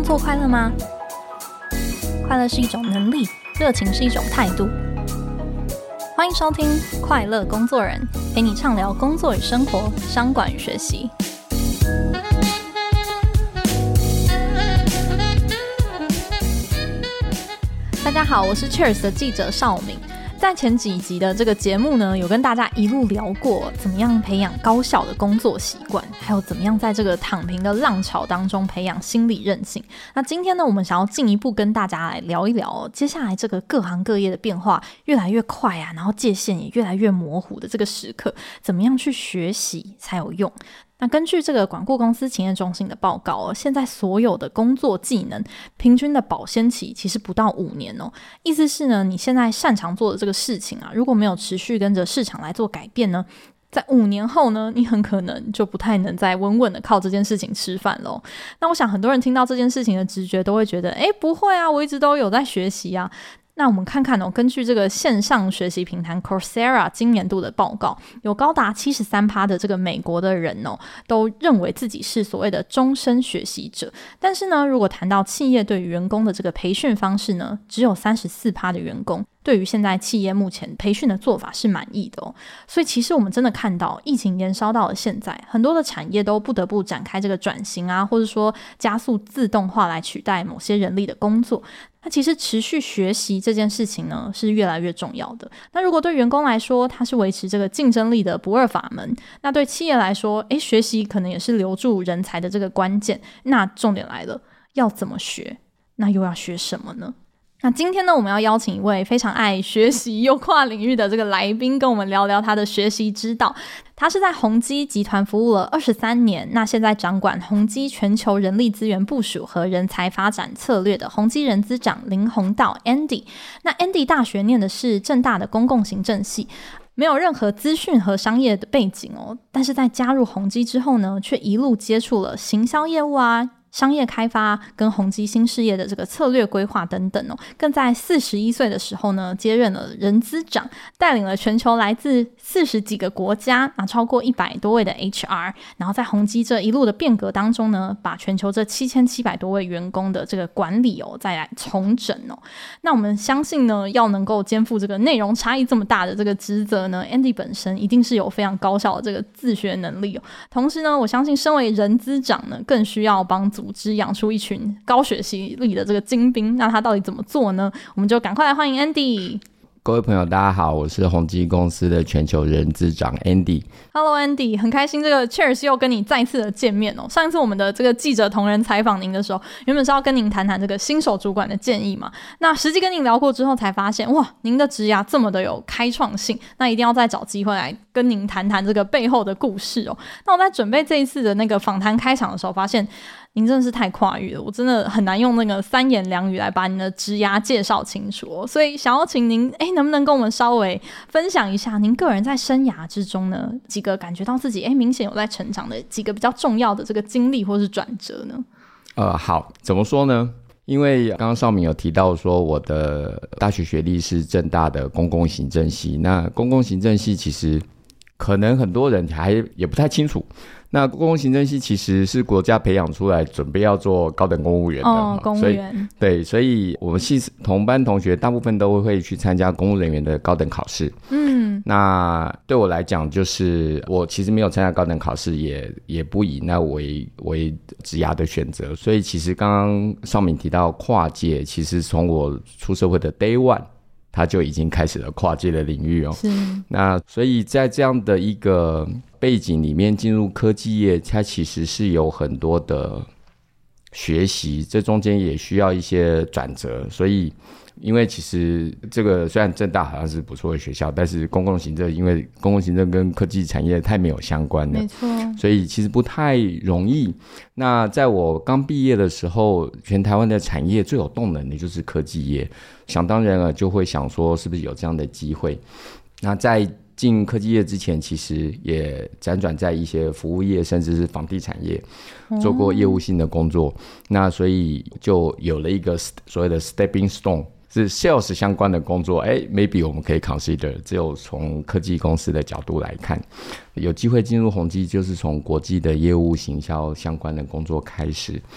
作快乐吗？快乐是一种能力，热情是一种态度。欢迎收听《快乐工作人》，陪你畅聊工作与生活、商管与学习。大家好，我是 Cheers 的记者邵敏。在前几集的这个节目呢，有跟大家一路聊过怎么样培养高效的工作习惯，还有怎么样在这个躺平的浪潮当中培养心理韧性。那今天呢，我们想要进一步跟大家来聊一聊接下来这个各行各业的变化越来越快啊，然后界限也越来越模糊的这个时刻，怎么样去学习才有用。那根据这个管顾公司企业中心的报告现在所有的工作技能平均的保鲜期其实不到5年意思是呢，你现在擅长做的这个事情啊，如果没有持续跟着市场来做改变呢，在5年后呢，你很可能就不太能再稳稳的靠这件事情吃饭咯。那我想很多人听到这件事情的直觉都会觉得不会啊，我一直都有在学习啊。那我们看看根据这个线上学习平台 Coursera 今年度的报告，有高达 73% 的这个美国的人都认为自己是所谓的终身学习者。但是呢，如果谈到企业对于员工的这个培训方式呢，只有 34% 的员工对于现在企业目前培训的做法是满意的所以其实我们真的看到疫情延烧到了现在，很多的产业都不得不展开这个转型啊，或者说加速自动化来取代某些人力的工作。那其实持续学习这件事情呢是越来越重要的。那如果对员工来说它是维持这个竞争力的不二法门，那对企业来说学习可能也是留住人才的这个关键。那重点来了，要怎么学？那又要学什么呢？那今天呢，我们要邀请一位非常爱学习又跨领域的这个来宾，跟我们聊聊他的学习之道。他是在宏基集团服务了23年，那现在掌管宏基全球人力资源部署和人才发展策略的宏基人资长林宏道 Andy。 那 Andy 大学念的是政大的公共行政系，没有任何资讯和商业的背景但是在加入宏基之后呢，却一路接触了行销业务啊、商业开发跟宏基新事业的这个策略规划等等更在41岁的时候呢，接任了人资长，带领了全球来自40几个国家超过100多位的 HR， 然后在宏基这一路的变革当中呢，把全球这7700多位员工的这个管理再来重整那我们相信呢，要能够肩负这个内容差异这么大的这个职责呢， Andy 本身一定是有非常高效的这个自学能力同时呢，我相信身为人资长呢，更需要帮组织养出一群高学习力的这个精兵。那他到底怎么做呢？我们就赶快来欢迎 Andy。 各位朋友大家好，我是宏基公司的全球人资长 Andy。 Hello Andy， 很开心这个 Cheers 又跟你再次的见面上一次我们的这个记者同仁采访您的时候，原本是要跟您谈谈这个新手主管的建议嘛，那实际跟您聊过之后才发现，哇，您的职涯这么的有开创性，那一定要再找机会来跟您谈谈这个背后的故事那我在准备这一次的那个访谈开场的时候发现，您真的是太跨域了，我真的很难用那个3言2语来把您的职涯介绍清楚所以想要请您能不能跟我们稍微分享一下您个人在生涯之中呢几个感觉到自己明显有在成长的几个比较重要的这个经历或是转折呢？ 好，怎么说呢？因为刚刚邵敏有提到说我的大学学历是政大的公共行政系，那公共行政系其实可能很多人也不太清楚，那公共行政系其实是国家培养出来准备要做高等公务员的公务员， 对，所以我们系同班同学大部分都会去参加公务人员的高等考试。那对我来讲，就是我其实没有参加高等考试，也不以那为职涯的选择。所以其实刚刚邵敏提到跨界，其实从我出社会的 Day One，他就已经开始了跨界的领域是。 那所以在这样的一个背景里面进入科技业，它其实是有很多的学习，这中间也需要一些转折。所以因为其实这个虽然政大好像是不错的学校，但是公共行政因为公共行政跟科技产业太没有相关了， 没错， 所以其实不太容易。那在我刚毕业的时候，全台湾的产业最有动能的就是科技业，想当然了就会想说是不是有这样的机会。那在进科技业之前，其实也辗转在一些服务业甚至是房地产业做过业务性的工作，那所以就有了一个所谓的 stepping stone，是 sales 相关的工作，maybe 我们可以 consider， 只有从科技公司的角度来看，有机会进入宏基就是从国际的业务行销相关的工作开始。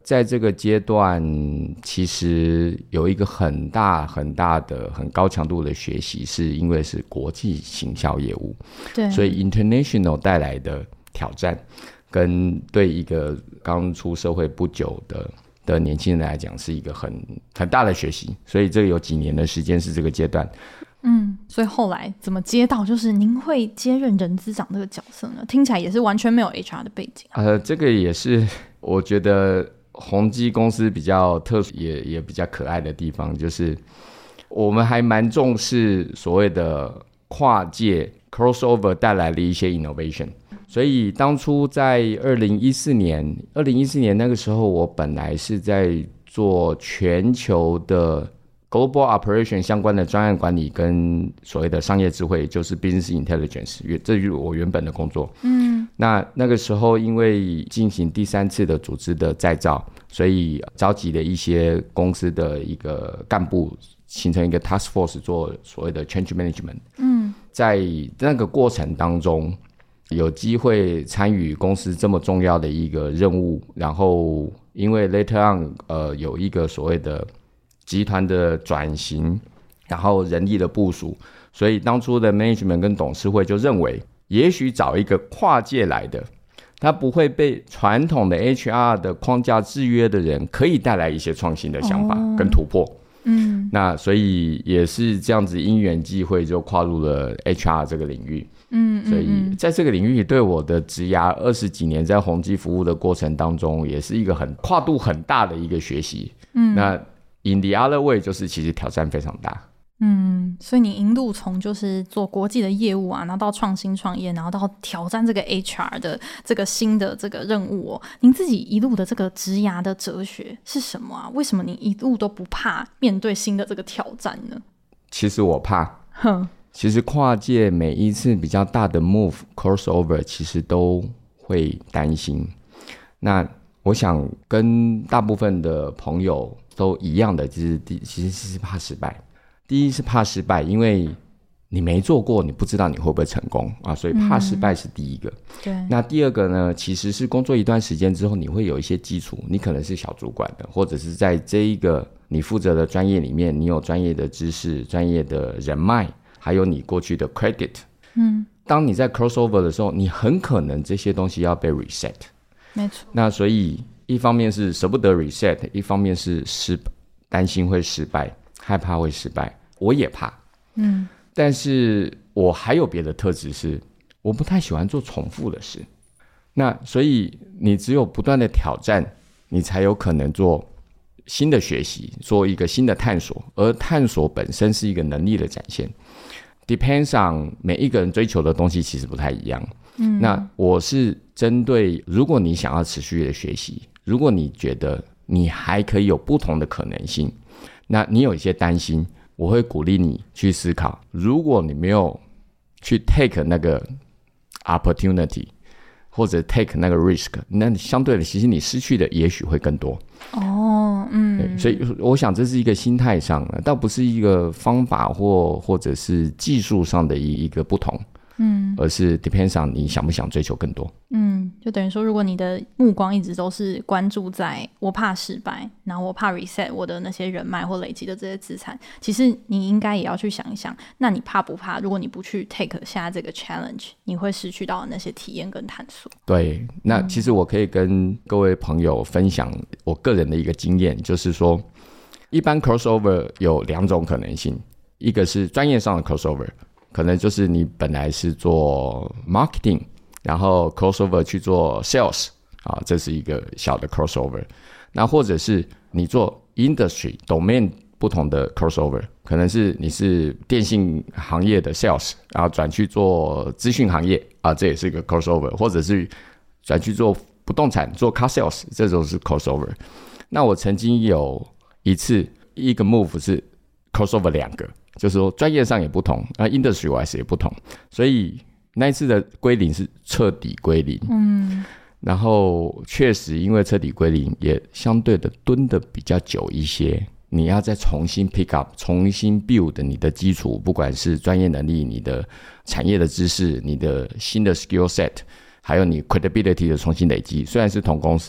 在这个阶段其实有一个很大的很高强度的学习，是因为是国际行销业务， 对， 所以 international 带来的挑战跟对一个刚出社会不久的年轻人来讲是一个很大的学习，所以这个有几年的时间是这个阶段。 所以后来怎么接到就是您会接任人资长这个角色呢？听起来也是完全没有 HR 的背景。 这个也是我觉得宏基公司比较特殊也比较可爱的地方，就是我们还蛮重视所谓的跨界 crossover 带来的一些 innovation。所以当初在2014年那个时候，我本来是在做全球的 global operation 相关的专案管理跟所谓的商业智慧，就是 business intelligence， 这就是我原本的工作。那个时候因为进行第3次的组织的再造，所以召集了一些公司的一个干部，形成一个 task force 做所谓的 change management。在那个过程当中，有机会参与公司这么重要的一个任务，然后因为 later on 有一个所谓的集团的转型，然后人力的部署，所以当初的 management 跟董事会就认为，也许找一个跨界来的，他不会被传统的 HR 的框架制约的人，可以带来一些创新的想法跟突破。那所以也是这样子因缘际会就跨入了 HR 这个领域。所以在这个领域对我的职涯20几年在宏基服务的过程当中，也是一个跨度很大的一个学习。那 in the other way 就是其实挑战非常大。 所以你一路从就是做国际的业务啊，然后到创新创业，然后到挑战这个 HR 的这个新的这个任务哦，您自己一路的这个职涯的哲学是什么啊？为什么你一路都不怕面对新的这个挑战呢？ 其实我怕，其实跨界每一次比较大的 move crossover 其实都会担心。那我想跟大部分的朋友都一样的，其实是怕失败。第一是怕失败，因为你没做过，你不知道你会不会成功啊，所以怕失败是第一个。 对。 那第二个呢，其实是工作一段时间之后，你会有一些基础，你可能是小主管的，或者是在这一个你负责的专业里面，你有专业的知识、专业的人脉，还有你过去的 credit。当你在 crossover 的时候，你很可能这些东西要被 reset。 没错。 那所以一方面是舍不得 reset， 一方面是担心会失败，害怕会失败。我也怕，但是我还有别的特质是，我不太喜欢做重复的事。那所以你只有不断的挑战，你才有可能做新的学习，做一个新的探索，而探索本身是一个能力的展现。Depends on 每一个人追求的东西其实不太一样。那我是针对，如果你想要持续的学习，如果你觉得你还可以有不同的可能性，那你有一些担心，我会鼓励你去思考，如果你没有去 take 那个 opportunity 或者 take 那个 risk， 那你相对的其实你失去的也许会更多。对，所以我想这是一个心态上的，倒不是一个方法或者是技术上的一个不同。而是 depends on 你想不想追求更多。 就等于说，如果你的目光一直都是关注在我怕失败，然后我怕 reset 我的那些人脉或累积的这些资产，其实你应该也要去想一想，那你怕不怕？如果你不去 take 现在这个 challenge， 你会失去到那些体验跟探索。 对，那其实我可以跟各位朋友分享我个人的一个经验，就是说，一般 crossover 有2种可能性，一个是专业上的 crossover。可能就是你本来是做 marketing， 然后 crossover 去做 sales 这是一个小的 crossover。那或者是你做 industry domain 不同的 crossover， 可能是你是电信行业的 sales， 然后转去做资讯行业这也是一个 crossover， 或者是转去做不动产做 car sales， 这种是 crossover。那我曾经有一个 move 是 crossover 2个。就是说专业上也不同，industry wise 也不同，所以那一次的归零是彻底归零。然后确实因为彻底归零，也相对的蹲的比较久一些。你要再重新 pick up， 重新 build 你的基础，不管是专业能力、你的产业的知识、你的新的 skill set， 还有你 credibility 的重新累积。虽然是同公司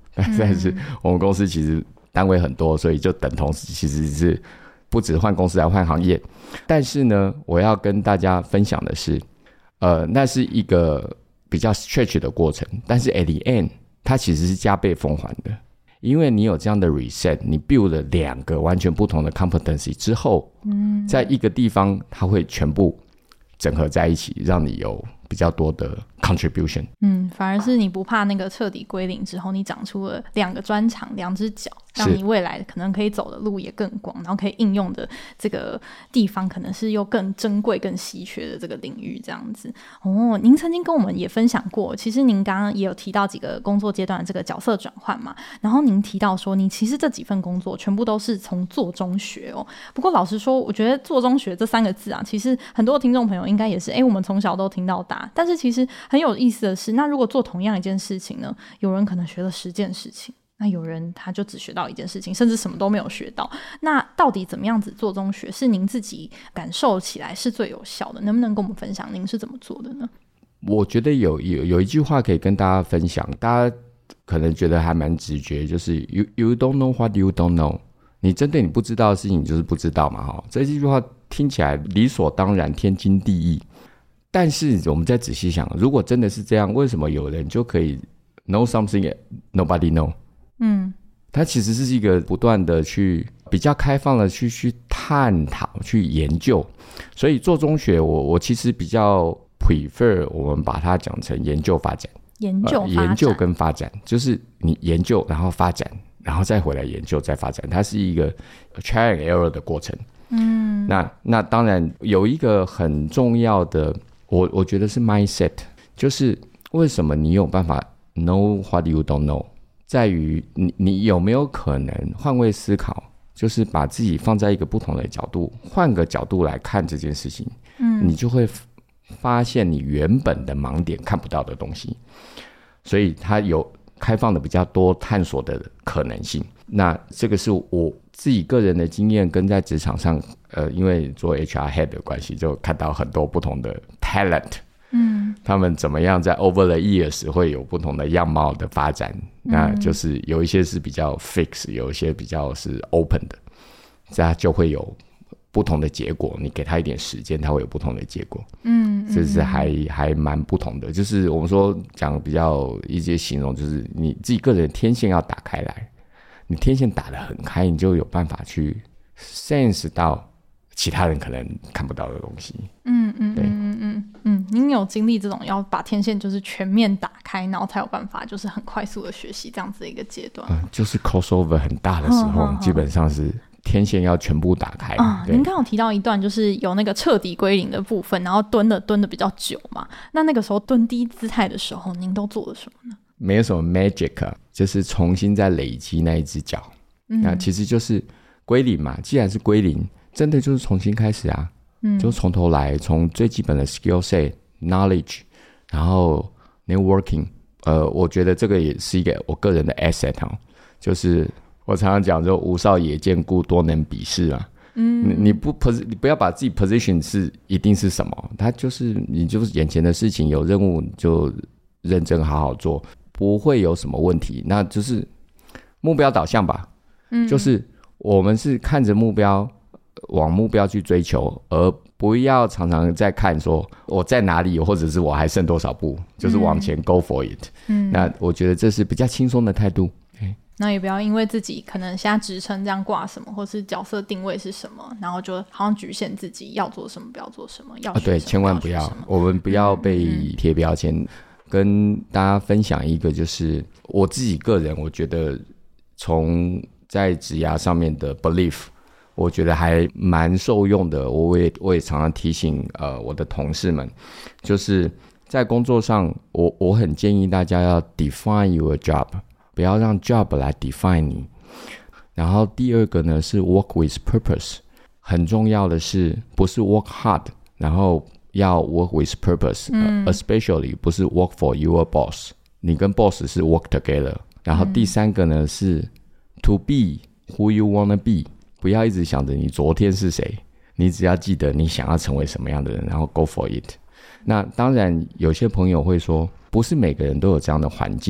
但是我们公司其实单位很多，所以就等同其实是不止换公司，还换行业。但是呢，我要跟大家分享的是，那是一个比较 stretch 的过程，但是 at the end 它其实是加倍奉还的，因为你有这样的 reset， 你 build 了2个完全不同的 competency 之后，在一个地方它会全部整合在一起，让你有比较多的 contribution。 反而是你不怕那个彻底归零之后，你长出了2个专长，2只脚，让你未来可能可以走的路也更广，然后可以应用的这个地方可能是又更珍贵、更稀缺的这个领域这样子。您曾经跟我们也分享过，其实您刚刚也有提到几个工作阶段的这个角色转换嘛，然后您提到说，你其实这几份工作全部都是从做中学哦。不过老实说，我觉得做中学这3个字啊，其实很多听众朋友应该也是，我们从小都听到大，但是其实很有意思的是，那如果做同样一件事情呢，有人可能学了10件事情，那有人他就只学到1件事情，甚至什么都没有学到。那到底怎么样子做中学是您自己感受起来是最有效的？能不能跟我们分享您是怎么做的呢？ 我觉得有一句话可以跟大家分享，大家可能觉得还蛮直觉，就是 you don't know what you don't know。 你针对你不知道的事情，你就是不知道嘛。这句话听起来理所当然，天经地义。但是我们再仔细想，如果真的是这样，为什么有人就可以 know something nobody know？ 它其实是一个不断的去比较开放的去探讨、去研究。所以做中学，我其实比较 prefer 我们把它讲成研究发展。研究跟发展，就是你研究然后发展，然后再回来研究再发展，它是一个 trial and error 的过程。那当然有一个很重要的，我觉得是 mindset， 就是为什么你有办法 know what you don't know， 在于你有没有可能换位思考，就是把自己放在一个不同的角度，换个角度来看这件事情，你就会发现你原本的盲点看不到的东西，所以它有开放的比较多探索的可能性。那这个是我自己个人的经验，跟在职场上因为做 HR head 的关系，就看到很多不同的 talent，他们怎么样在 over the years 会有不同的样貌的发展。那就是有一些是比较 fix， 有一些比较是 open 的，这样就会有不同的结果，你给他一点时间，他会有不同的结果。这是还蛮不同的。就是我们说讲比较一些形容，就是你自己个人的天线要打开来，你天线打得很开，你就有办法去 sense 到其他人可能看不到的东西。您有经历这种要把天线就是全面打开，然后才有办法就是很快速的学习这样子的一个阶段？就是 crossover 很大的时候，基本上是天线要全部打开。 您刚刚有提到一段就是有那个彻底归零的部分，然后蹲的比较久嘛，那个时候蹲低姿态的时候您都做了什么呢？ 没有什么 magic，就是重新再累积那一只脚。那其实就是归零嘛，既然是归零，真的就是重新开始啊。就从头来，从最基本的 skill set knowledge， 然后 networking。我觉得这个也是一个我个人的 asset，就是。我常常讲，就无少也见故，多能鄙视啊。你不要把自己 position 是一定是什么，它就是你就是眼前的事情，有任务就认真好好做，不会有什么问题。那就是目标导向吧，就是我们是看着目标，往目标去追求，而不要常常在看说我在哪里，或者是我还剩多少步，就是往前 go for it。那我觉得这是比较轻松的态度。 那也不要因为自己可能现在职称这样挂什么，或是角色定位是什么，然后就好像局限自己要做什么不要做什么，要学什么对，千万不要，我们不要被贴标签。跟大家分享一个，就是我自己个人，我觉得从在职涯上面的 belief， 我觉得还蛮受用的。我也常常提醒我的同事们，就是在工作上，我很建议大家要 define your job。不要让 job 来 define 你。然后第二个呢是 work with purpose， 很重要的是不是 work hard， 然后要 work with purpose，especially 不是 work for your boss， 你跟 boss 是 work together。然后第三个呢是 to be who you wanna be， 不要一直想着你昨天是谁，你只要记得你想要成为什么样的人，然后 go for it。那当然有些朋友会说，不是每个人都有这样的环境。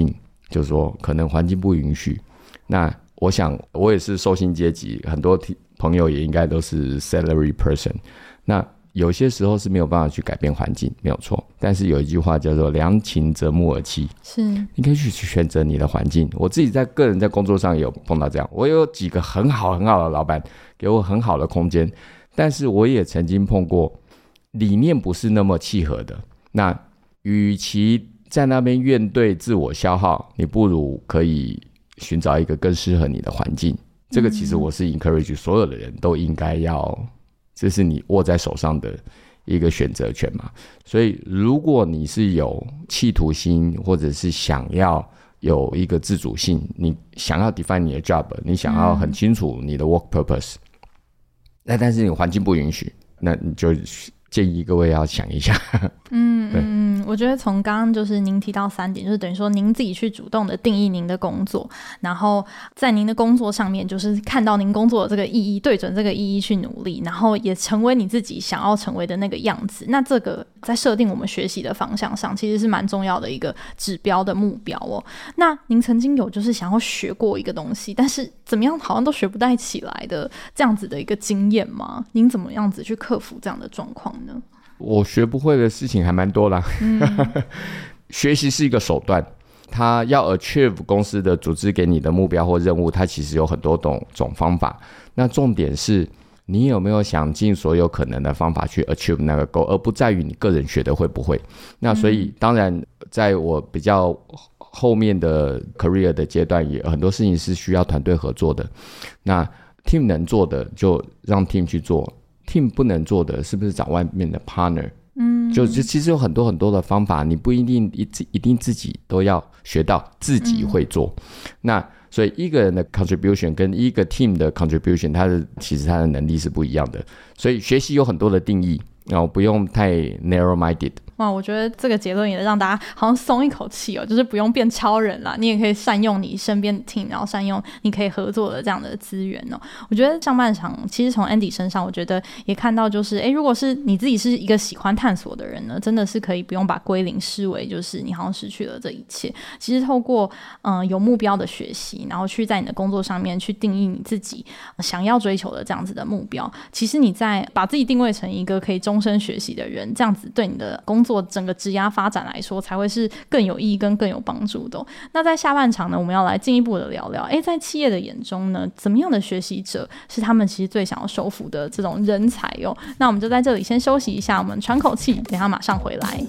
就是说可能环境不允许。那我想我也是受薪阶级，很多朋友也应该都是 salary person， 那有些时候是没有办法去改变环境，没有错。但是有一句话叫做良禽择木而栖， 是你可以去选择你的环境。我自己个人在工作上也有碰到这样，我有几个很好的老板给我很好的空间，但是我也曾经碰过理念不是那么契合的。那与其在那边怨对自我消耗，你不如可以寻找一个更适合你的环境。这个其实我是 encourage 所有的人都应该要，这是你握在手上的一个选择权嘛。所以如果你是有企图心，或者是想要有一个自主性，你想要 define 你的 job， 你想要很清楚你的 work purpose， 但是你环境不允许，那你就建议各位要想一下。 我觉得从刚刚就是您提到3点，就是等于说您自己去主动的定义您的工作，然后在您的工作上面就是看到您工作的这个意义，对准这个意义去努力，然后也成为你自己想要成为的那个样子。那这个在设定我们学习的方向上其实是蛮重要的一个指标的目标哦。那您曾经有就是想要学过一个东西，但是怎么样好像都学不太起来的这样子的一个经验吗？您怎么样子去克服这样的状况呢？ 我学不会的事情还蛮多啦。学习是一个手段，它要 achieve 公司的组织给你的目标或任务，它其实有很多种方法。那重点是你有没有想尽所有可能的方法去 achieve 那个 goal， 而不在于你个人学的会不会。那所以当然在我比较后面的 career 的阶段，也很多事情是需要团队合作的。那 team 能做的就让 team 去做， team 不能做的是不是找外面的 partner。就其实有很多很多的方法，你不一定自己都要学到自己会做。那所以一个人的 contribution 跟一个 team 的 contribution， 其实它的能力是不一样的。所以学习有很多的定义，然后不用太 narrow minded。 哇，我觉得这个结论也让大家好像松一口气哦，就是不用变超人啦，你也可以善用你身边的 team， 然后善用你可以合作的这样的资源哦。我觉得上半场其实从 Andy 身上，我觉得也看到就是，如果是你自己是一个喜欢探索的人呢，真的是可以不用把归零视为就是你好像失去了这一切。其实透过有目标的学习，然后去在你的工作上面去定义你自己想要追求的这样子的目标，其实你在把自己定位成一个可以终身学习的人，这样子对你的工作整个职涯发展来说才会是更有意义跟更有帮助的。那在下半场呢，我们要来进一步的聊聊在企业的眼中呢，怎么样的学习者是他们其实最想要收服的这种人才哦。那我们就在这里先休息一下，我们喘口气，等一下马上回来。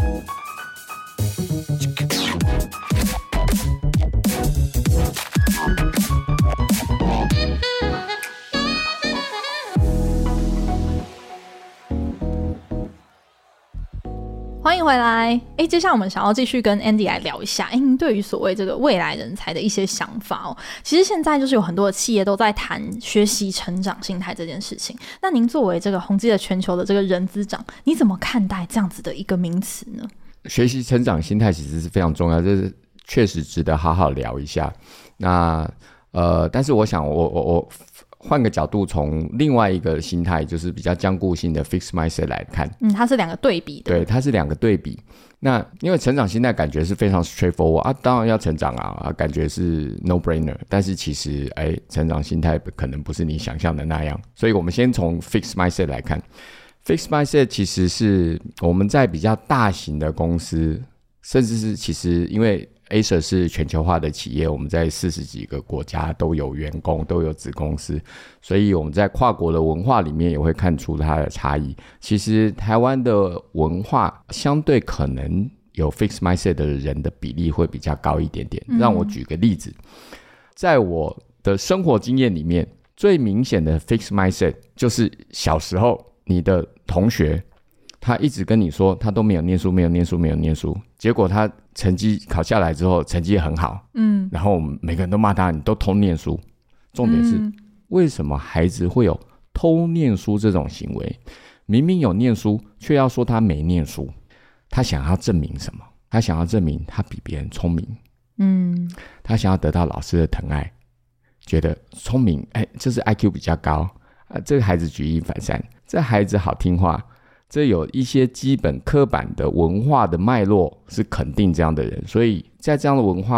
欢迎回来。接下来我们想要继续跟 Andy 来聊一下您对于所谓这个未来人才的一些想法哦。其实现在就是有很多的企业都在谈学习成长心态这件事情，那您作为这个宏基的全球的这个人资长，你怎么看待这样子的一个名词呢？学习成长心态其实是非常重要，这是确实值得好好聊一下。那但是我想我换个角度，从另外一个心态，就是比较僵固性的 fixed mindset 来看，它是两个对比的。对，它是两个对比。那因为成长心态感觉是非常 straightforward 啊，当然要成长啊，感觉是 no brainer。但是其实成长心态可能不是你想象的那样。所以我们先从 fixed mindset 来看。fixed mindset 其实是我们在比较大型的公司，甚至是其实因为Acer 是全球化的企业，我们在40几个国家都有员工，都有子公司，所以我们在跨国的文化里面也会看出它的差异。其实台湾的文化相对可能有 fixed mindset 的人的比例会比较高一点点。让我举个例子，在我的生活经验里面，最明显的 fixed mindset 就是小时候你的同学他一直跟你说他都没有念书，没有念书，没有念书，结果他成绩考下来之后成绩也很好，然后每个人都骂他你都偷念书。重点是为什么孩子会有偷念书这种行为？明明有念书却要说他没念书，他想要证明什么？他想要证明他比别人聪明，他想要得到老师的疼爱，觉得聪明就是 IQ 比较高这个孩子举一反三，这孩子好听话，这有一些基本刻板的文化的脉络是肯定这样的人。所以在这样的文化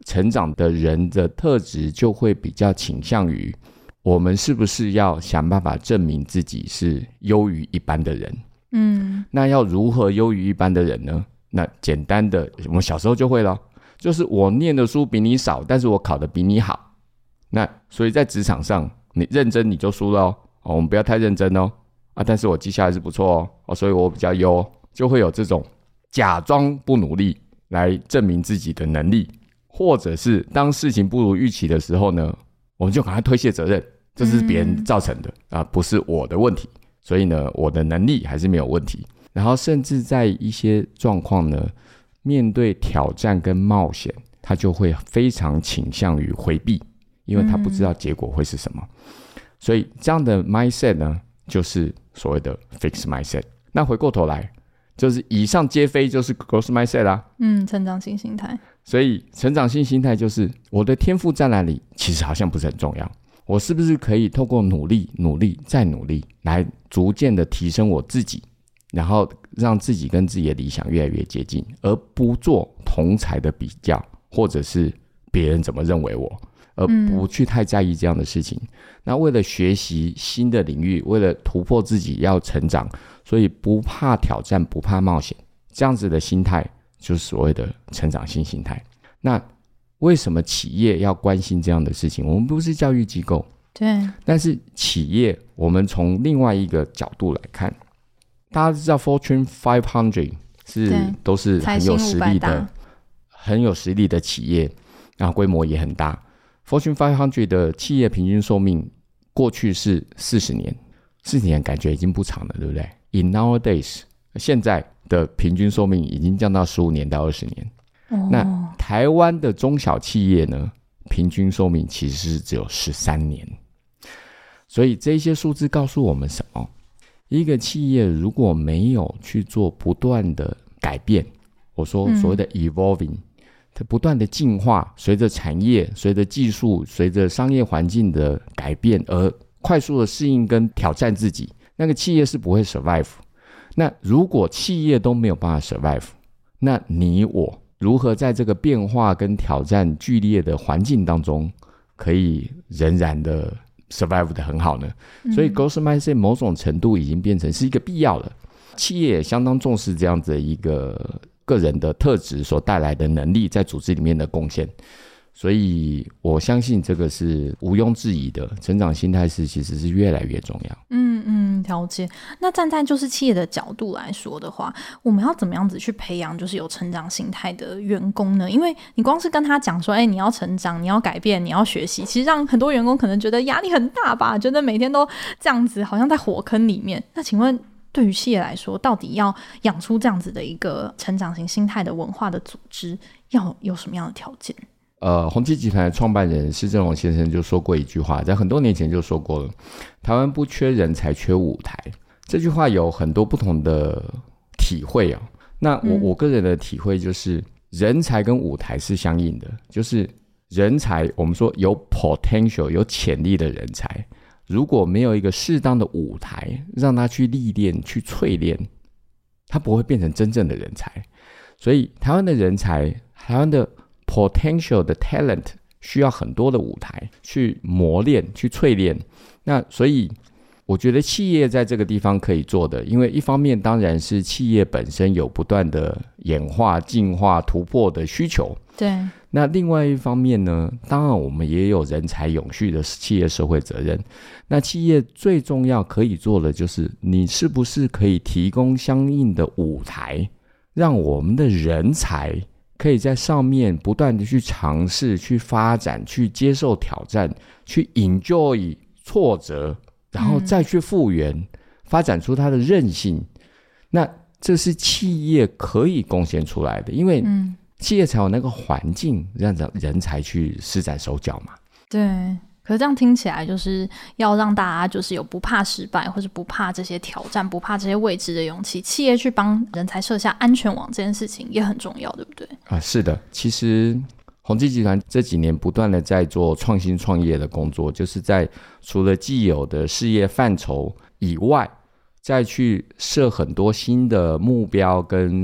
成长的人的特质就会比较倾向于我们是不是要想办法证明自己是优于一般的人。那要如何优于一般的人呢？那简单的我们小时候就会了，就是我念的书比你少，但是我考得比你好。那所以在职场上你认真你就输了我们不要太认真但是我绩效还是不错所以我比较优，就会有这种假装不努力来证明自己的能力，或者是当事情不如预期的时候呢，我们就赶快推卸责任，这是别人造成的不是我的问题，所以呢我的能力还是没有问题。然后甚至在一些状况呢，面对挑战跟冒险，他就会非常倾向于回避，因为他不知道结果会是什么。所以这样的 mindset 呢，就是所谓的 fixed mindset。那回过头来，就是以上皆非就是 growth mindset 啦。 成长性心态。 所以成长性心态就是我的天赋在哪里，其实好像不是很重要。我是不是可以透过努力、努力再努力，来逐渐的提升我自己，然后让自己跟自己的理想越来越接近，而不做同侪的比较，或者是别人怎么认为我，而不去太在意这样的事情。那为了学习新的领域，为了突破自己要成长，所以不怕挑战，不怕冒险，这样子的心态就是所谓的成长性心态。那为什么企业要关心这样的事情？我们不是教育机构， 对， 但是企业我们从另外一个角度来看，大家知道 Fortune 500都是很有实力的企业，然后规模也很大。Fortune 500的企业平均寿命过去是40年，40年感觉已经不长了，对不对？ In nowadays 现在的平均寿命已经降到15年到20年。那台湾的中小企业呢，平均寿命其实是只有13年。所以这些数字告诉我们什么？一个企业如果没有去做不断的改变，我说所谓的 evolving，它不断的进化，随着产业、随着技术、随着商业环境的改变而快速的适应跟挑战自己，那个企业是不会 survive。 那如果企业都没有办法 survive， 那你我如何在这个变化跟挑战剧烈的环境当中可以仍然的 survive 的很好呢？所以 growth mindset 某种程度已经变成是一个必要了。企业也相当重视这样子的一个人的特质所带来的能力在组织里面的贡献，所以我相信这个是毋庸置疑的，成长心态其实是越来越重要。 了解。那站在就是企业的角度来说的话，我们要怎么样子去培养就是有成长心态的员工呢？因为你光是跟他讲说你要成长，你要改变，你要学习，其实让很多员工可能觉得压力很大吧，觉得每天都这样子好像在火坑里面。那请问对于企业来说，到底要养出这样子的一个成长型心态的文化的组织，要有什么样的条件？ 宏基集团的创办人施正荣先生就说过一句话，在很多年前就说过了，台湾不缺人才，缺舞台。这句话有很多不同的体会那我个人的体会就是人才跟舞台是相应的，就是人才我们说有 potential 有潜力的人才，如果没有一个适当的舞台让他去历练去淬炼，他不会变成真正的人才。所以台湾的人才，台湾的 potential 的 talent 需要很多的舞台去磨练去淬炼。那所以我觉得企业在这个地方可以做的，因为一方面当然是企业本身有不断的演化进化突破的需求， 对。 那另外一方面呢，当然我们也有人才永续的企业社会责任。那企业最重要可以做的就是你是不是可以提供相应的舞台，让我们的人才可以在上面不断的去尝试去发展去接受挑战去 enjoy 挫折，然后再去复原发展出它的韧性。那这是企业可以贡献出来的，因为企业才有那个环境让人才去施展手脚嘛。 对，可是这样听起来就是要让大家就是有不怕失败或是不怕这些挑战不怕这些未知的勇气，企业去帮人才设下安全网这件事情也很重要，对不对？ 是的，其实宏基集团这几年不断的在做创新创业的工作，就是在除了既有的事业范畴以外，再去设很多新的目标跟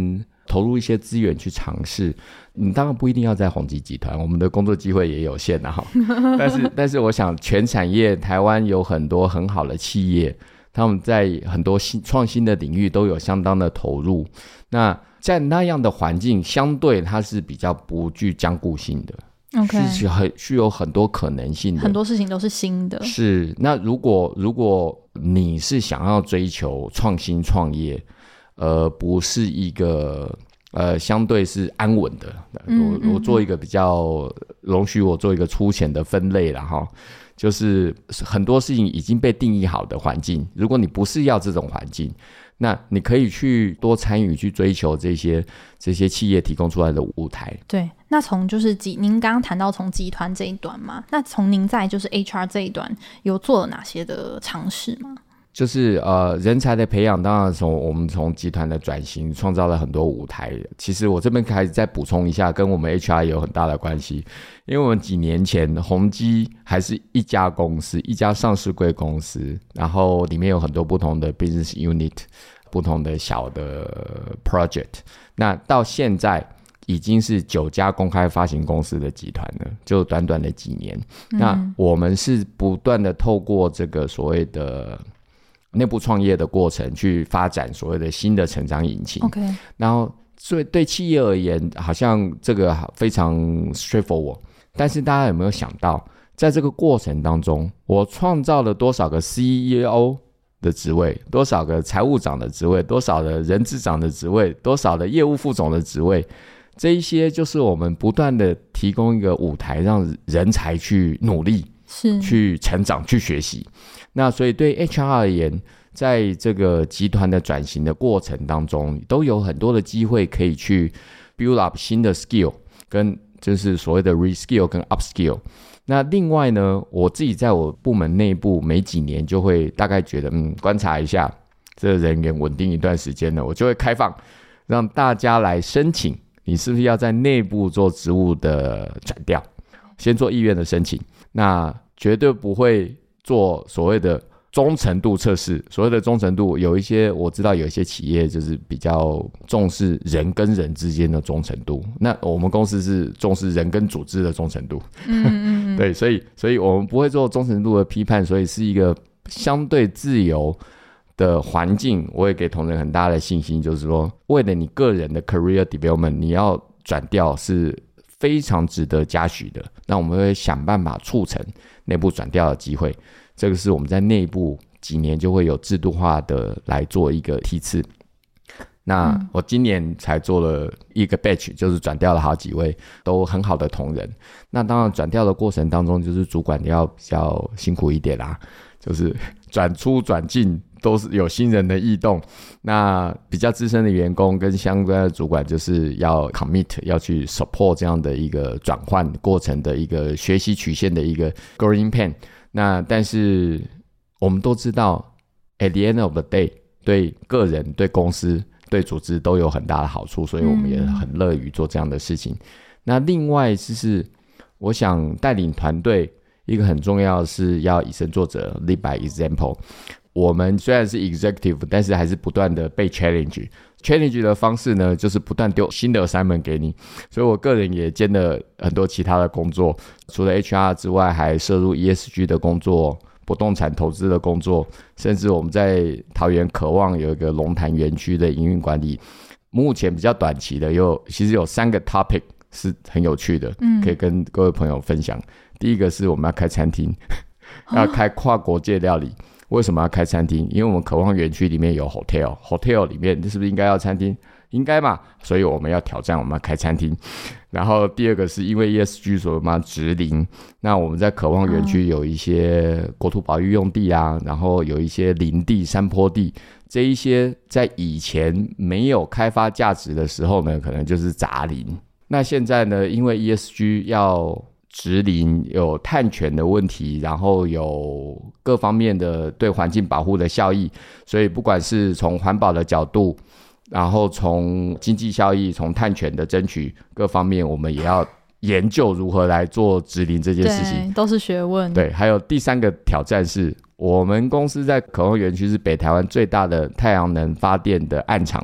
投入一些资源去尝试。你当然不一定要在宏基集团，我们的工作机会也有限啊但是我想全产业台湾有很多很好的企业，他们在很多创新的领域都有相当的投入。那在那样的环境，相对它是比较不具僵固性的。 Okay. 是具有很多可能性的， 很多事情都是新的。 是，那如果你是想要追求创新创业，不是一个相对是安稳的，我做一个比较容许我做一个粗浅的分类啦齁，就是很多事情已经被定义好的环境，如果你不是要这种环境，那你可以去多参与去追求这些企业提供出来的舞台。 对，那从就是您刚刚谈到从集团这一端嘛，那从您在就是 HR 这一端有做了哪些的尝试吗？ 就是人才的培养，当然我们从集团的转型创造了很多舞台。其实我这边还再补充一下，跟我们 HR 也有很大的关系，因为我们几年前宏基还是一家公司，一家上市柜公司，然后里面有很多不同的 business unit， 不同的小的 project。那到现在已经是9家公开发行公司的集团了，就短短的几年。那我们是不断的透过这个所谓的内部创业的过程去发展所谓的新的成长引擎。 OK， 然后所以对企业而言，好像这个非常 straightforward， 但是大家有没有想到，在这个过程当中，我创造了多少个 CEO 的职位，多少个财务长的职位，多少的人资长的职位，多少的业务副总的职位，这一些就是我们不断的提供一个舞台，让人才去努力，去成长，去学习。那所以对 HR 而言，在这个集团的转型的过程当中，都有很多的机会可以去 build up 新的 skill， 跟就是所谓的 reskill 跟 upskill。那另外呢，我自己在我部门内部每几年就会大概觉得观察一下这个人员稳定一段时间了，我就会开放让大家来申请，你是不是要在内部做职务的转调，先做意愿的申请。那绝对不会做所谓的忠诚度测试。所谓的忠诚度，有一些我知道有一些企业就是比较重视人跟人之间的忠诚度，那我们公司是重视人跟组织的忠诚度。对，所以我们不会做忠诚度的批判，所以是一个相对自由的环境。我也给同仁很大的信心，就是说为了你个人的 career development， 你要转调是非常值得嘉许的。那我们会想办法促成内部转调的机会，这个是我们在内部几年就会有制度化的来做一个梯次。那我今年才做了一个 batch， 就是转调了好几位都很好的同仁。那当然转调的过程当中，就是主管要比较辛苦一点啦，就是转出转进都是有新人的异动。那比较资深的员工跟相关的主管就是要 commit， 要去 support 这样的一个转换过程的一个学习曲线的一个 growing pain。那但是我们都知道 at the end of the day， 对个人、对公司、对组织都有很大的好处，所以我们也很乐于做这样的事情。那另外就是我想带领团队，一个很重要的是要以身作则 lead by example。我们虽然是 executive， 但是还是不断的被 challenge 的方式呢，就是不断丢新的 assignment 给你。所以我个人也兼了很多其他的工作，除了 HR 之外，还涉入 ESG 的工作、不动产投资的工作，甚至我们在桃园渴望有一个龙潭园区的营运管理。目前比较短期的其实有3个 topic 是很有趣的，可以跟各位朋友分享。第一个是我们要开餐厅，要开跨国界料理。为什么要开餐厅？因为我们渴望园区里面有 hotel 里面是不是应该要餐厅？应该嘛，所以我们要挑战，我们要开餐厅。然后第二个是因为 ESG 所谓嘛植林，那我们在渴望园区有一些国土保育用地啊，然后有一些林地、山坡地，这一些在以前没有开发价值的时候呢，可能就是杂林。那现在呢，因为 ESG 要植林，有碳权的问题，然后有各方面的对环境保护的效益，所以不管是从环保的角度，然后从经济效益，从碳权的争取各方面，我们也要研究如何来做植林这件事情。 对，都是学问。 对，还有第3个挑战是，我们公司在渴望园区是北台湾最大的太阳能发电的案场。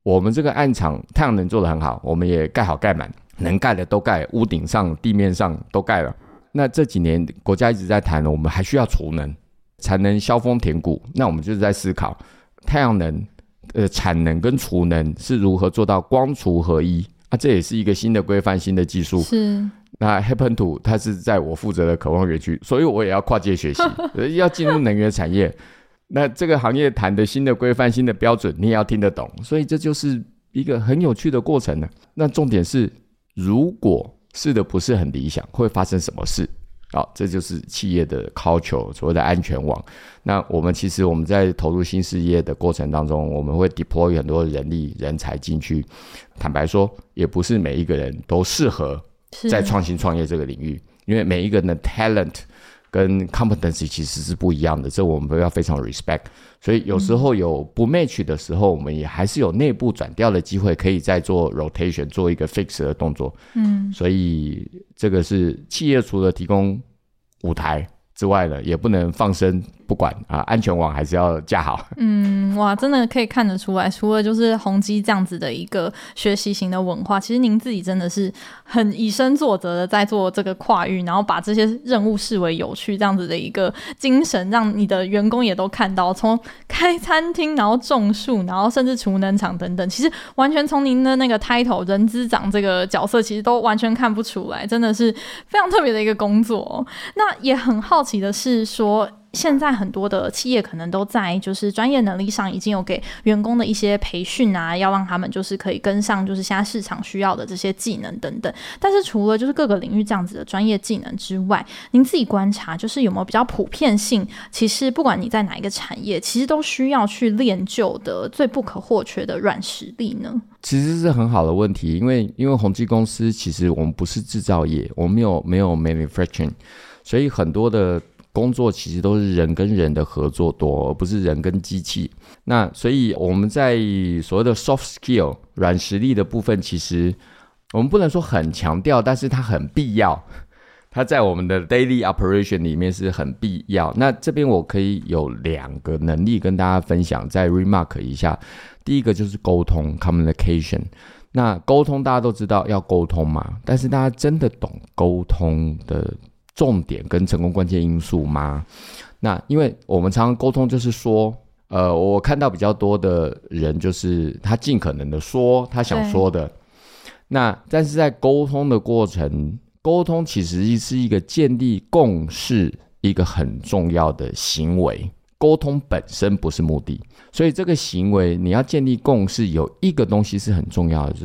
我们这个案场太阳能做得很好，我们也盖好盖满，能盖的都盖，屋顶上地面上都盖了。那这几年国家一直在谈，我们还需要储能才能削峰填谷，那我们就是在思考太阳能产能跟储能是如何做到光储合一这也是一个新的规范，新的技术。 是。 那 Happen to 它是在我负责的渴望园区，所以我也要跨界学习要进入能源产业，那这个行业谈的新的规范、新的标准你也要听得懂，所以这就是一个很有趣的过程呢。那重点是如果试的不是很理想，会发生什么事？这就是企业的 culture， 所谓的安全网。那我们在投入新事业的过程当中，我们会 deploy 很多人力人才进去。坦白说，也不是每一个人都适合在创新创业这个领域，因为每一个人的 talent 跟 competency 其实是不一样的，这我们都要非常 respect。所以有时候有不 match 的时候，我们也还是有内部转调的机会，可以再做 rotation， 做一个 fix 的动作。所以这个是企业除了提供舞台之外呢，也不能放生不管安全网还是要架好。 哇，真的可以看得出来，除了就是宏基这样子的一个学习型的文化，其实您自己真的是很以身作则的在做这个跨域，然后把这些任务视为有趣这样子的一个精神，让你的员工也都看到，从开餐厅然后种树，然后甚至储能厂等等，其实完全从您的那个 title 人资长这个角色其实都完全看不出来，真的是非常特别的一个工作。那也很好奇的是说，现在很多的企业可能都在就是专业能力上已经有给员工的一些培训要让他们就是可以跟上就是现在市场需要的这些技能等等。但是除了就是各个领域这样子的专业技能之外，您自己观察就是有没有比较普遍性，其实不管你在哪一个产业，其实都需要去练就的最不可或缺的软实力呢？ 其实是很好的问题，因为宏基公司其实我们不是制造业，我们没有 manufacturing， 所以很多的工作其实都是人跟人的合作多，而不是人跟机器。那所以我们在所谓的 soft skill 软实力的部分，其实我们不能说很强调，但是它很必要，它在我们的 daily operation 里面是很必要。那这边我可以有2个能力跟大家分享，再 remark 一下。第一个就是沟通 communication。那沟通大家都知道要沟通嘛，但是大家真的懂沟通的重点跟成功关键因素吗？那因为我们常常沟通就是说我看到比较多的人就是他尽可能的说他想说的，那但是在沟通的过程，沟通其实是一个建立共识一个很重要的行为，沟通本身不是目的，所以这个行为你要建立共识，有一个东西是很重要的，就是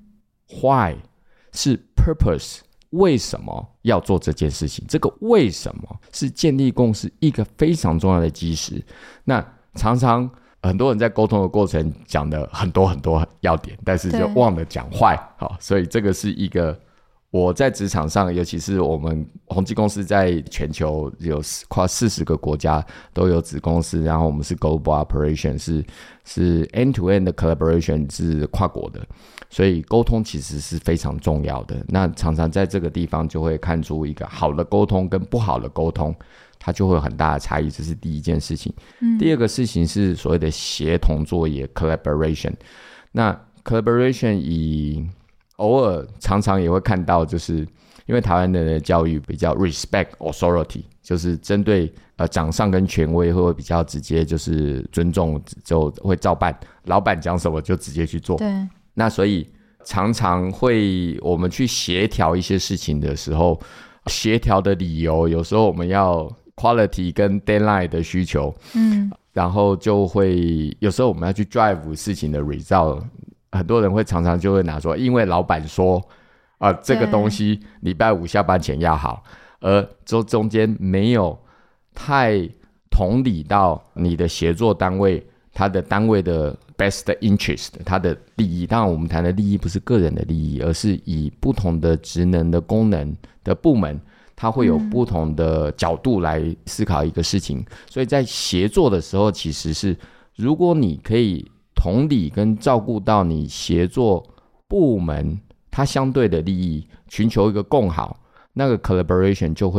why 是 purpose，为什么要做这件事情，这个为什么是建立共识一个非常重要的基石。那常常很多人在沟通的过程讲的很多很多要点，但是就忘了讲坏。好，所以这个是一个我在职场上，尤其是我们宏基公司在全球有跨40个国家都有子公司，然后我们是 global operation， 是 end-to-end 的 collaboration， 是跨国的，所以沟通其实是非常重要的。那常常在这个地方就会看出一个好的沟通跟不好的沟通，它就会有很大的差异，这是第一件事情。第二个事情是所谓的协同作业 collaboration。那 collaboration 偶尔常常也会看到，就是因为台湾人的教育比较 respect authority， 就是针对长上跟权威会比较直接，就是尊重就会照办，老板讲什么就直接去做。 对， 那所以常常会我们去协调一些事情的时候，协调的理由有时候我们要 quality 跟 deadline 的需求，然后就会有时候我们要去 drive 事情的 result， 很多人会常常就会拿说，因为老板说这个东西礼拜5下班前要好，而中间没有太同理到你的协作单位它的单位的 best interest， 它的利益。当然我们谈的利益不是个人的利益，而是以不同的职能的功能的部门，它会有不同的角度来思考一个事情。所以在协作的时候，其实是如果你可以同理跟照顾到你协作部门它相对的利益，寻求一个共好，那个 collaboration 就会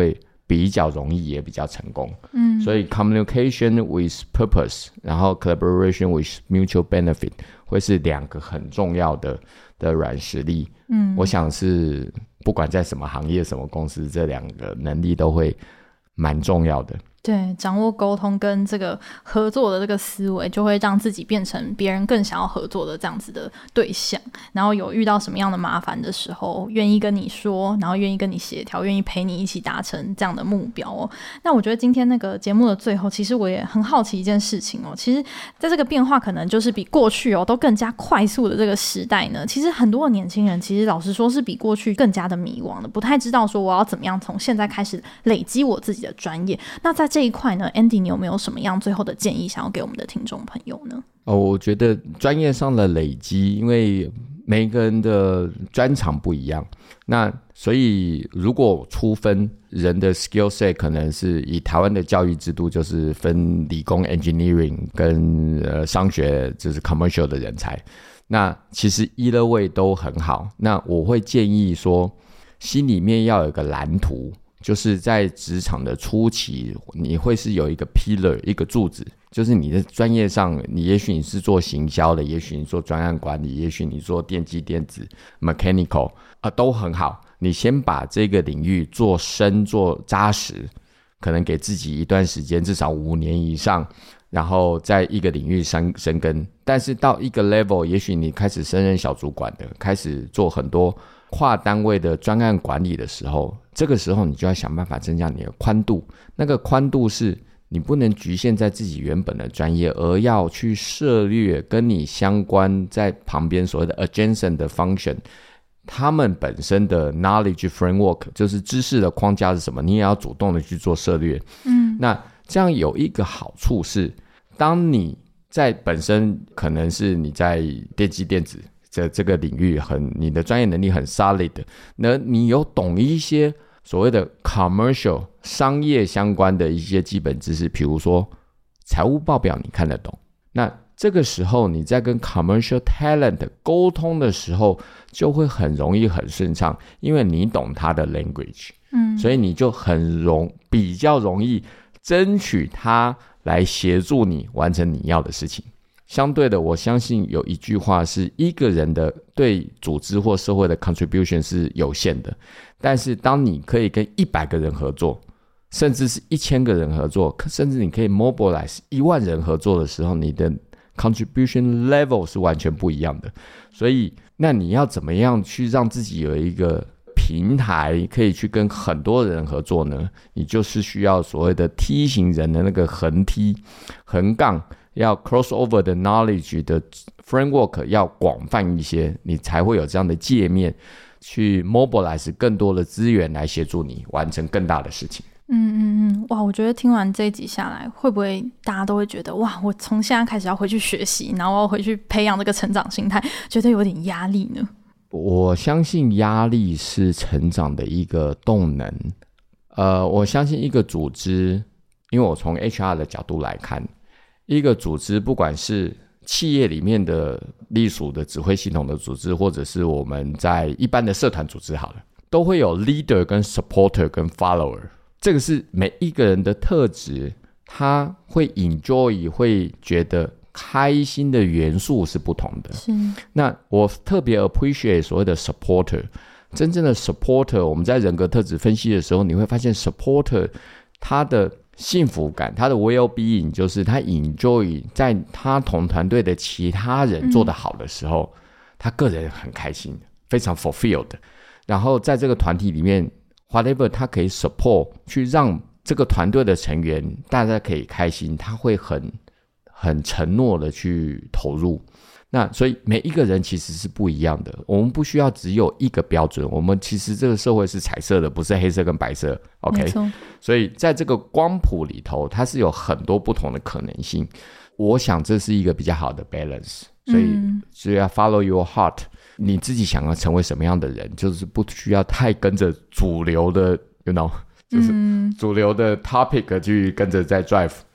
比较容易也比较成功。所以 communication with purpose 然后 collaboration with mutual benefit 会是2个很重要的软实力。我想是不管在什么行业什么公司，这2个能力都会蛮重要的。 对，掌握沟通跟这个合作的这个思维，就会让自己变成别人更想要合作的这样子的对象，然后有遇到什么样的麻烦的时候愿意跟你说，然后愿意跟你协调，愿意陪你一起达成这样的目标哦。那我觉得今天那个节目的最后，其实我也很好奇一件事情哦，其实在这个变化可能就是比过去都更加快速的这个时代呢，其实很多的年轻人其实老实说是比过去更加的迷惘的，不太知道说我要怎么样从现在开始累积我自己的专业。那在这一块呢 Andy 你有没有什么样最后的建议想要给我们的听众朋友呢？ 我觉得专业上的累积，因为每个人的专长不一样，那所以如果初分人的 skill set 可能是以台湾的教育制度就是分理工 engineering 跟商学就是 commercial 的人才，那其实either way都很好。那我会建议说心里面要有一个蓝图，就是在职场的初期你会是有一个 pillar 一个柱子，就是你的专业上也许你是做行销的，也许你做专案管理，也许你做电机电子 mechanical 都很好，你先把这个领域做深做扎实，可能给自己一段时间至少5年以上，然后在一个领域深耕。但是到一个 level 也许你开始升任小主管的，开始做很多跨单位的专案管理的时候，这个时候你就要想办法增加你的宽度。那个宽度是你不能局限在自己原本的专业，而要去涉猎跟你相关在旁边所谓的 adjacent 的 function， 他们本身的 knowledge framework 就是知识的框架是什么，你也要主动的去做涉猎。那这样有一个好处是，当你在本身可能是你在电机电子这个领域你的专业能力很 solid， 那你有懂一些所谓的 commercial 商业相关的一些基本知识，比如说财务报表你看得懂，那这个时候你在跟 commercial talent 沟通的时候就会很容易很顺畅，因为你懂他的 language，所以你就比较容易争取他来协助你完成你要的事情。相对的，我相信有一句话是，一个人的对组织或社会的 contribution 是有限的，但是当你可以跟100个人合作，甚至是1000个人合作，甚至你可以 mobilize 10000人合作的时候，你的 contribution level 是完全不一样的。所以那你要怎么样去让自己有一个平台可以去跟很多人合作呢？你就是需要所谓的梯形人的那个横梯横杠，要 crossover 的 knowledge 的 framework 要广泛一些，你才会有这样的界面去 mobilize 更多的资源来协助你完成更大的事情。 哇，我觉得听完这一集下来，会不会大家都会觉得哇，我从现在开始要回去学习，然后要回去培养这个成长心态，觉得有点压力呢？ 我相信压力是成长的一个动能。我相信一个组织，因为我从 HR 的角度来看，一个组织不管是企业里面的隶属的指挥系统的组织，或者是我们在一般的社团组织好了，都会有 leader 跟 supporter 跟 follower， 这个是每一个人的特质，他会 enjoy 会觉得开心的元素是不同的。 是， 那我特别 appreciate 所谓的 supporter， 真正的 supporter， 我们在人格特质分析的时候，你会发现 supporter 他的幸福感，他的 well-being 就是他 enjoy 在他同团队的其他人做得好的时候，他个人很开心，非常 fulfilled， 然后在这个团体里面 whatever 他可以 support 去让这个团队的成员大家可以开心，他会很承诺的去投入。那所以每一个人其实是不一样的，我们不需要只有一个标准，我们其实这个社会是彩色的，不是黑色跟白色 OK， 所以在这个光谱里头它是有很多不同的可能性，我想这是一个比较好的 balance， 所以只要 follow your heart， 你自己想要成为什么样的人，就是不需要太跟着主流的 you know， 就是主流的 topic 去跟着在 drive，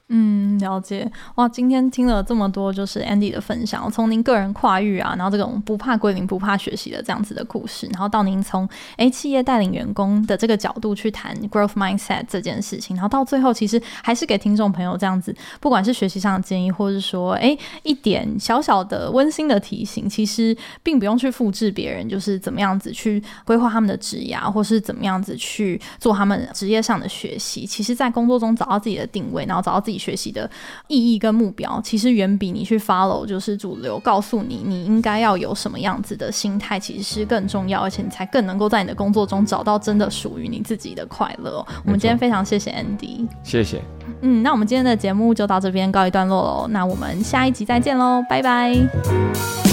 了解。哇，今天听了这么多就是 Andy 的分享，从您个人跨域啊，然后这种不怕归零不怕学习的这样子的故事，然后到您从企业带领员工的这个角度去谈 growth mindset 这件事情，然后到最后其实还是给听众朋友这样子，不管是学习上的建议，或是说一点小小的温馨的提醒，其实并不用去复制别人就是怎么样子去规划他们的职涯，或是怎么样子去做他们职业上的学习。其实在工作中找到自己的定位，然后找到自己学习的意义跟目标，其实远比你去 follow 就是主流告诉你你应该要有什么样子的心态其实是更重要，而且你才更能够在你的工作中找到真的属于你自己的快乐我们今天非常谢谢 Andy。 谢谢。 那我们今天的节目就到这边告一段落咯，那我们下一集再见咯，拜拜。